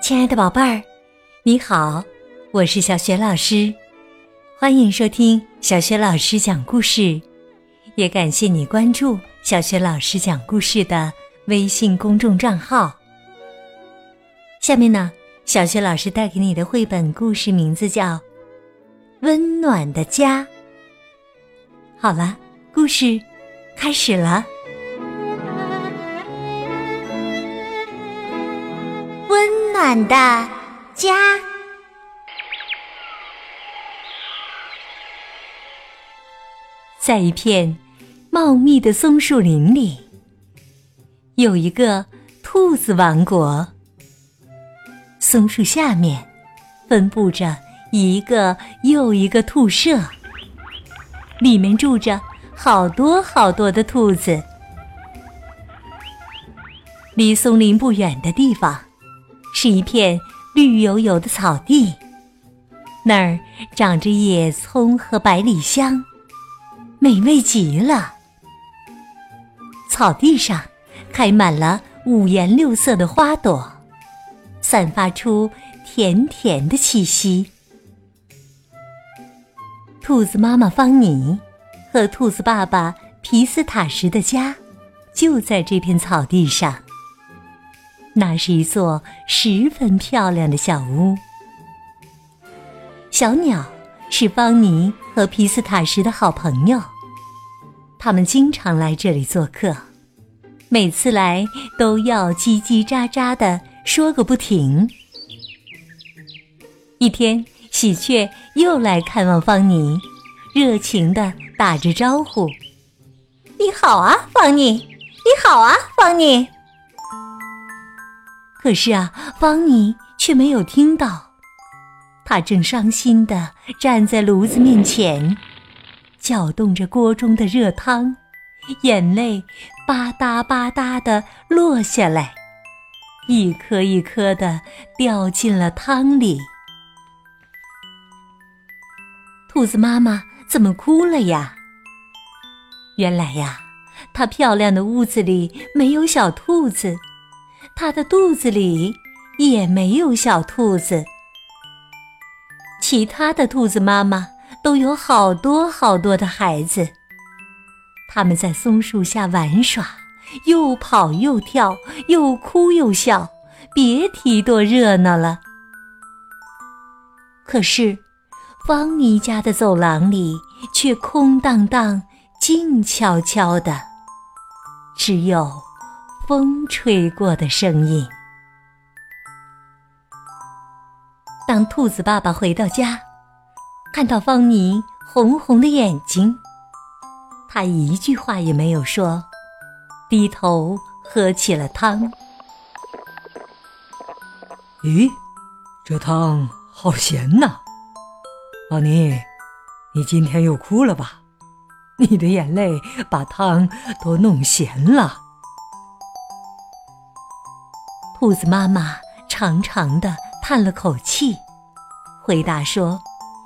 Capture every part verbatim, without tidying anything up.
亲爱的宝贝儿，你好，我是小雪老师，欢迎收听小雪老师讲故事，也感谢你关注小雪老师讲故事的微信公众账号。下面呢，小雪老师带给你的绘本故事名字叫《温暖的家》。好了，故事开始了。 温暖的家。 在一片茂密的松树林里，有一个兔子王国。松树下面分布着一个又一个兔舍，里面住着好多好多的兔子。离松林不远的地方是一片绿油油的草地，那儿长着野葱和百里香，美味极了。草地上开满了五颜六色的花朵，散发出甜甜的气息。兔子妈妈芳妮和兔子爸爸皮斯塔什的家就在这片草地上。那是一座十分漂亮的小屋。小鸟是芳妮和皮斯塔什的好朋友，他们经常来这里做客，每次来都要叽叽喳喳地说个不停。一天，喜鹊又来看望芳妮，热情地打着招呼：“ 你好啊，芳妮！你好啊，芳妮！” 可是啊，芳妮却没有听到。她正伤心地站在炉子面前，搅动着锅中的热汤，眼泪吧嗒吧嗒地落下来，一颗一颗地掉进了汤里。兔子妈妈怎么哭了呀？原来呀，她漂亮的屋子里没有小兔子，她的肚子里也没有小兔子。其他的兔子妈妈都有好多好多的孩子，他们在松树下玩耍，又跑又跳，又哭又笑，别提多热闹了。可是芳妮家的走廊里却空荡荡，静悄悄的，只有风吹过的声音。当兔子爸爸回到家，看到芳妮红红的眼睛，他一句话也没有说，低头喝起了汤。 咦，这汤好咸呐！芳妮，你今天又哭了吧？你的眼泪把汤都弄咸了。 兔子妈妈长长地叹了口气，回答说：“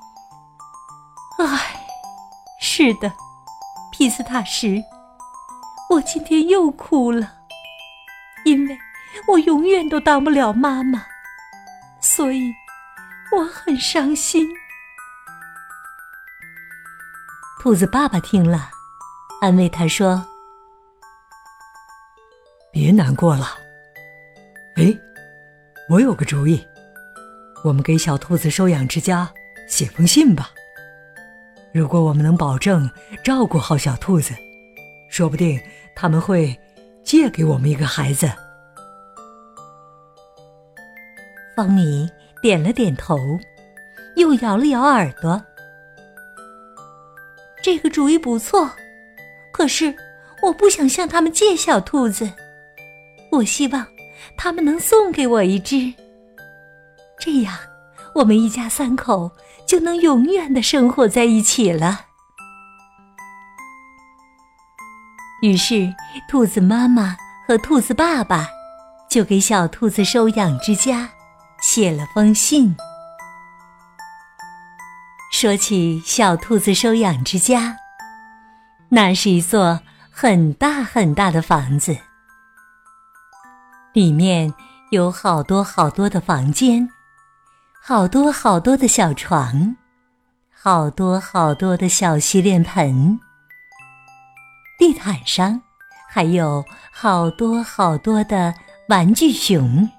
唉，是的，皮斯塔什，我今天又哭了，因为我永远都当不了妈妈，所以我很伤心。”兔子爸爸听了，安慰他说：“ 别难过了。哎，我有个主意，我们给小兔子收养之家写封信吧。如果我们能保证照顾好小兔子，说不定他们会借给我们一个孩子。” 芳妮点了点头，又摇了摇耳朵。这个主意不错，可是我不想向他们借小兔子，我希望他们能送给我一只，这样我们一家三口就能永远地生活在一起了。于是兔子妈妈和兔子爸爸就给小兔子收养之家写了封信。说起小兔子收养之家，那是一座很大很大的房子，里面有好多好多的房间，好多好多的小床，好多好多的小洗脸盆。地毯上还有好多好多的玩具熊。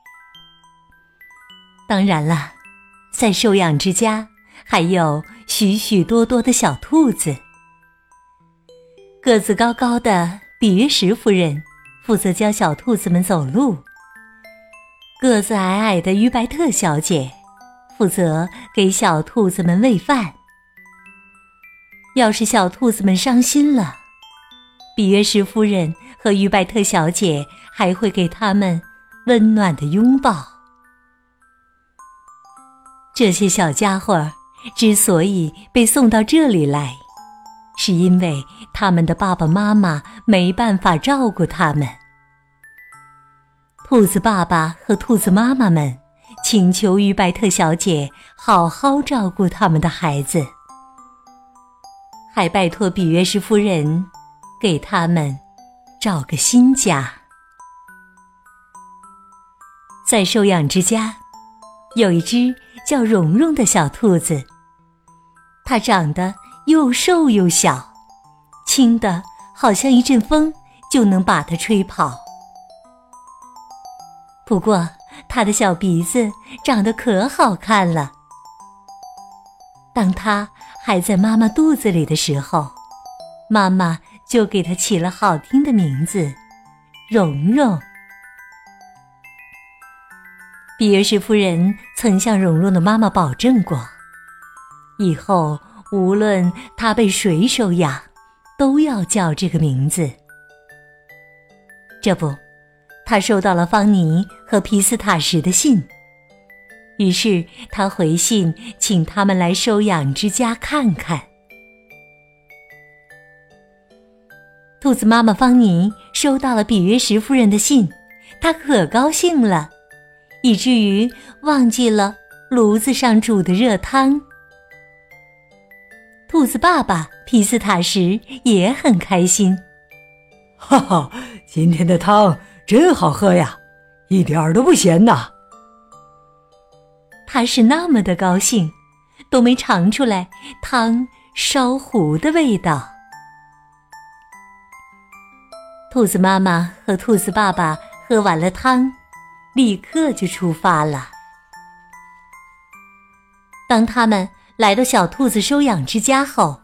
当然了，在收养之家还有许许多多的小兔子。个子高高的比约什夫人负责教小兔子们走路，个子矮矮的于白特小姐负责给小兔子们喂饭。要是小兔子们伤心了，比约什夫人和于白特小姐还会给他们温暖的拥抱。这些小家伙之所以被送到这里来，是因为他们的爸爸妈妈没办法照顾他们。兔子爸爸和兔子妈妈们请求于白特小姐好好照顾他们的孩子，还拜托比约什夫人给他们找个新家。在收养之家，有一只叫蓉蓉的小兔子，它长得又瘦又小，轻的好像一阵风就能把它吹跑。不过它的小鼻子长得可好看了。当它还在妈妈肚子里的时候，妈妈就给它起了好听的名字，蓉蓉。比约什夫人曾向蓉蓉的妈妈保证过，以后无论她被谁收养，都要叫这个名字。这不，她收到了方妮和皮斯塔什的信，于是她回信请他们来收养之家看看。兔子妈妈方妮收到了比约什夫人的信，她可高兴了，以至于忘记了炉子上煮的热汤。兔子爸爸皮斯塔什也很开心， 哈哈，今天的汤真好喝呀，一点儿都不咸呐。 他是那么的高兴，都没尝出来汤烧糊的味道。兔子妈妈和兔子爸爸喝完了汤，立刻就出发了。当他们来到小兔子收养之家后，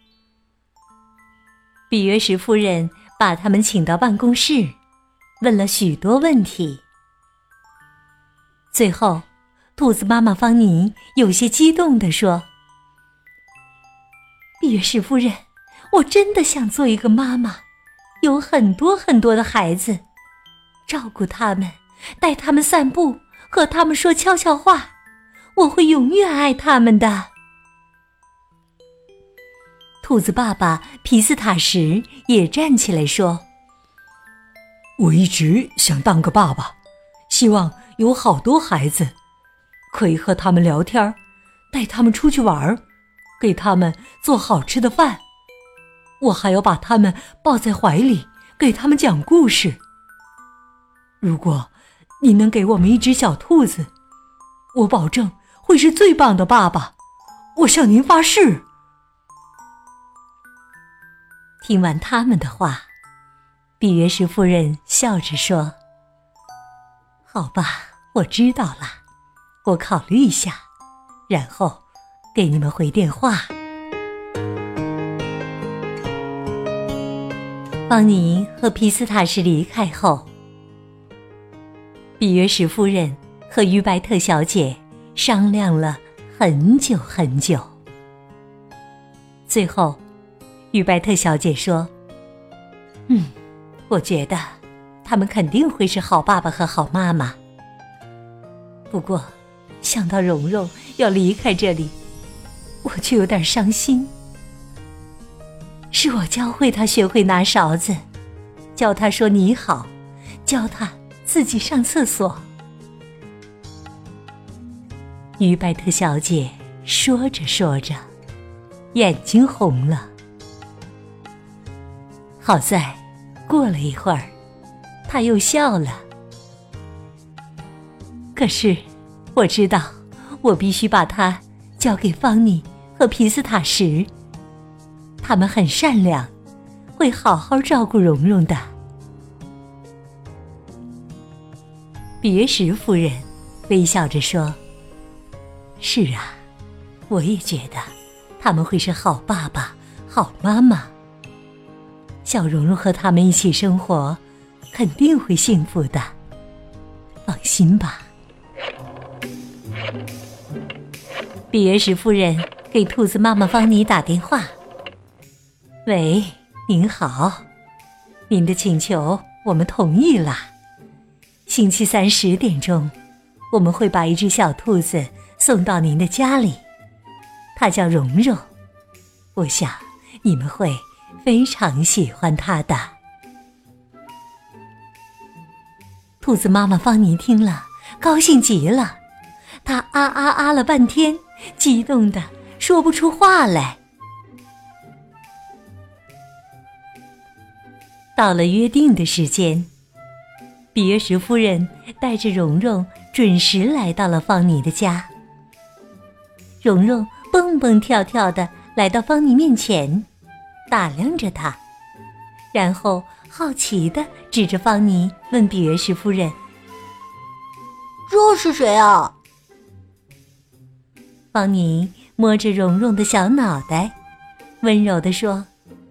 比约什夫人把他们请到办公室，问了许多问题。最后，兔子妈妈方妮有些激动地说：“比约什夫人，我真的想做一个妈妈，有很多很多的孩子，照顾他们，带他们散步，和他们说悄悄话，我会永远爱他们的。”兔子爸爸皮斯塔什也站起来说：“ 我一直想当个爸爸，希望有好多孩子，可以和他们聊天，带他们出去玩，给他们做好吃的饭。我还要把他们抱在怀里，给他们讲故事。如果你能给我们一只小兔子，我保证会是最棒的爸爸，我向您发誓。” 听完他们的话，比约什夫人笑着说：“好吧，我知道了，我考虑一下，然后给你们回电话。”方妮和皮斯塔什离开后，比约什夫人和于白特小姐商量了很久很久。最后，于白特小姐说：“嗯，我觉得他们肯定会是好爸爸和好妈妈。不过，想到蓉蓉要离开这里，我却有点伤心。是我教会他学会拿勺子，教他说你好，教他自己上厕所。”于白特小姐说着说着，眼睛红了。好在过了一会儿，她又笑了。 可是我知道，我必须把它交给芳妮和皮斯塔什，他们很善良，会好好照顾蓉蓉的。别什夫人微笑着说：是啊，我也觉得他们会是好爸爸、好妈妈。小蓉蓉和他们一起生活，肯定会幸福的，放心吧。别什夫人给兔子妈妈芳妮打电话：喂，您好，您的请求我们同意了。星期三十点钟，我们会把一只小兔子送到您的家里，它叫蓉蓉，我想你们会非常喜欢它的。兔子妈妈芳妮听了，高兴极了，她啊啊啊了半天，激动得说不出话来。到了约定的时间，别什夫人带着蓉蓉准时来到了芳妮的家。蓉蓉蹦蹦跳跳地来到芳妮面前，打量着她，然后好奇地指着芳妮问别什夫人： 这是谁啊？ 芳妮摸着蓉蓉的小脑袋，温柔地说：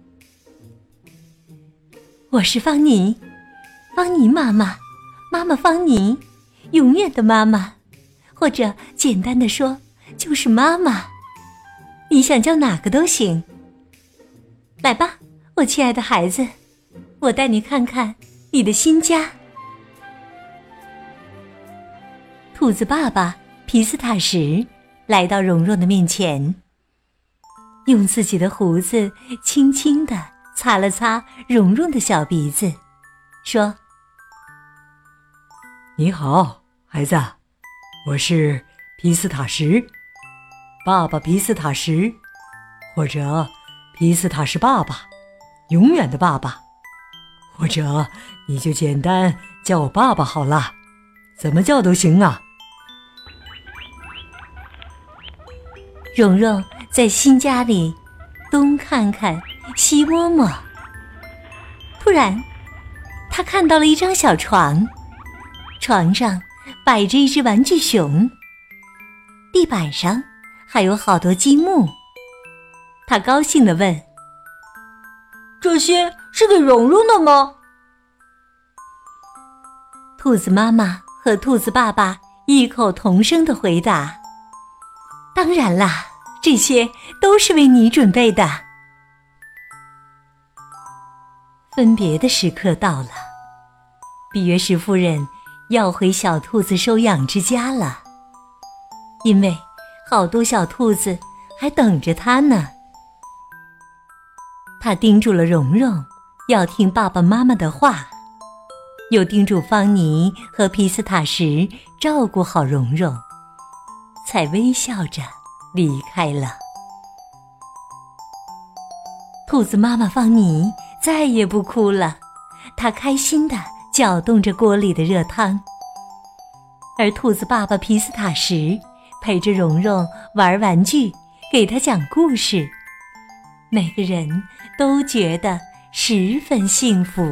我是芳妮，芳妮妈妈，妈妈芳妮，永远的妈妈，或者简单的说，就是妈妈。你想叫哪个都行。来吧，我亲爱的孩子，我带你看看你的新家。兔子爸爸皮斯塔什来到蓉蓉的面前，用自己的胡子轻轻地擦了擦蓉蓉的小鼻子，说： 你好，孩子，我是皮斯塔什，爸爸皮斯塔什，或者皮斯塔什爸爸，永远的爸爸，或者你就简单叫我爸爸好了，怎么叫都行啊。 蓉蓉在新家里东看看西摸摸，突然她看到了一张小床，床上摆着一只玩具熊，地板上还有好多积木。她高兴地问： 这些是给蓉蓉的吗？ 兔子妈妈和兔子爸爸异口同声地回答：当然啦，这些都是为你准备的。分别的时刻到了，别什夫人要回小兔子收养之家了，因为好多小兔子还等着她呢。她叮嘱了蓉蓉要听爸爸妈妈的话，又叮嘱芳妮和皮斯塔什照顾好蓉蓉，才微笑着离开了。兔子妈妈芳妮再也不哭了，她开心地搅动着锅里的热汤，而兔子爸爸皮斯塔什陪着蓉蓉玩玩具，给她讲故事，每个人都觉得十分幸福。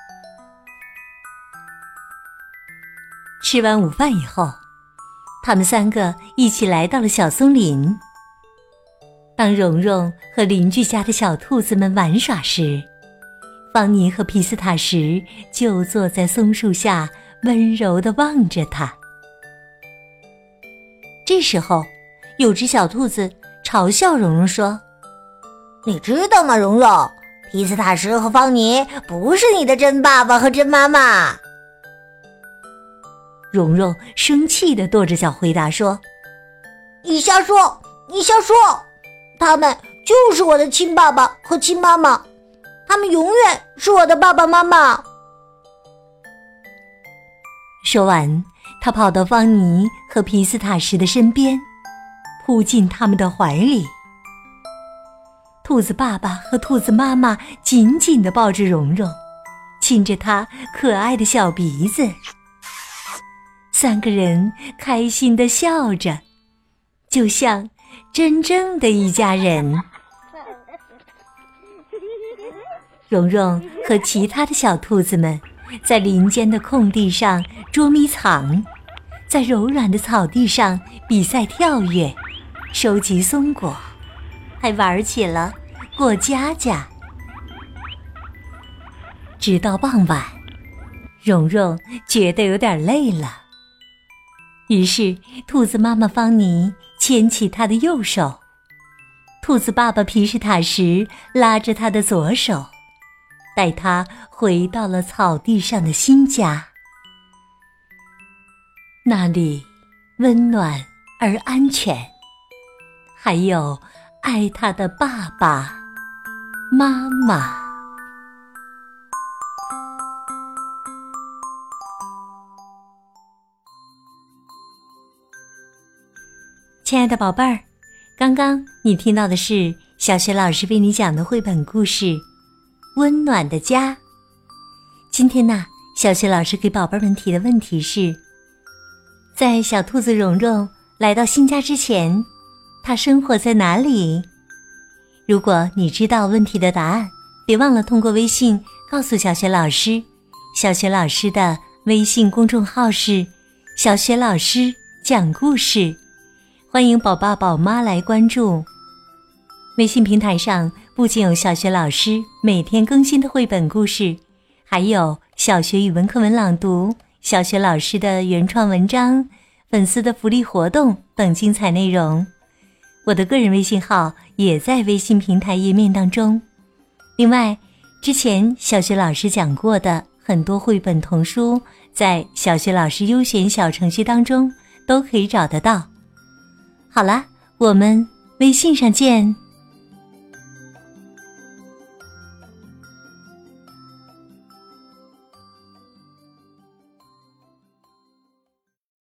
吃完午饭以后，他们三个一起来到了小松林。当蓉蓉和邻居家的小兔子们玩耍时，芳妮和皮斯塔什就坐在松树下，温柔地望着她。这时候，有只小兔子嘲笑蓉蓉说： 你知道吗，蓉蓉，皮斯塔什和芳妮不是你的真爸爸和真妈妈。 蓉蓉生气地跺着脚回答说： 你瞎说，你瞎说，他们就是我的亲爸爸和亲妈妈，他们永远是我的爸爸妈妈。 说完，他跑到芳妮和皮斯塔什的身边，扑进他们的怀里。兔子爸爸和兔子妈妈紧紧地抱着蓉蓉，亲着她可爱的小鼻子。 三个人开心地笑着，就像真正的一家人。蓉蓉和其他的小兔子们在林间的空地上捉迷藏，在柔软的草地上比赛跳跃，收集松果，还玩起了过家家。直到傍晚，蓉蓉觉得有点累了，于是兔子妈妈芳妮牵起她的右手，兔子爸爸皮什塔什拉着她的左手，带她回到了草地上的新家。那里温暖而安全，还有爱她的爸爸妈妈。亲爱的宝贝儿，刚刚你听到的是小雪老师为你讲的绘本故事《温暖的家》。今天呢，小雪老师给宝贝们提的问题是：在小兔子蓉蓉来到新家之前，她生活在哪里？如果你知道问题的答案，别忘了通过微信告诉小雪老师。小雪老师的微信公众号是小雪老师讲故事，欢迎宝爸宝妈来关注。微信平台上不仅有小学老师每天更新的绘本故事，还有小学语文课文朗读、小学老师的原创文章、粉丝的福利活动等精彩内容。我的个人微信号也在微信平台页面当中。另外，之前小学老师讲过的很多绘本童书，在小学老师优选小程序当中都可以找得到。好了，我们微信上见。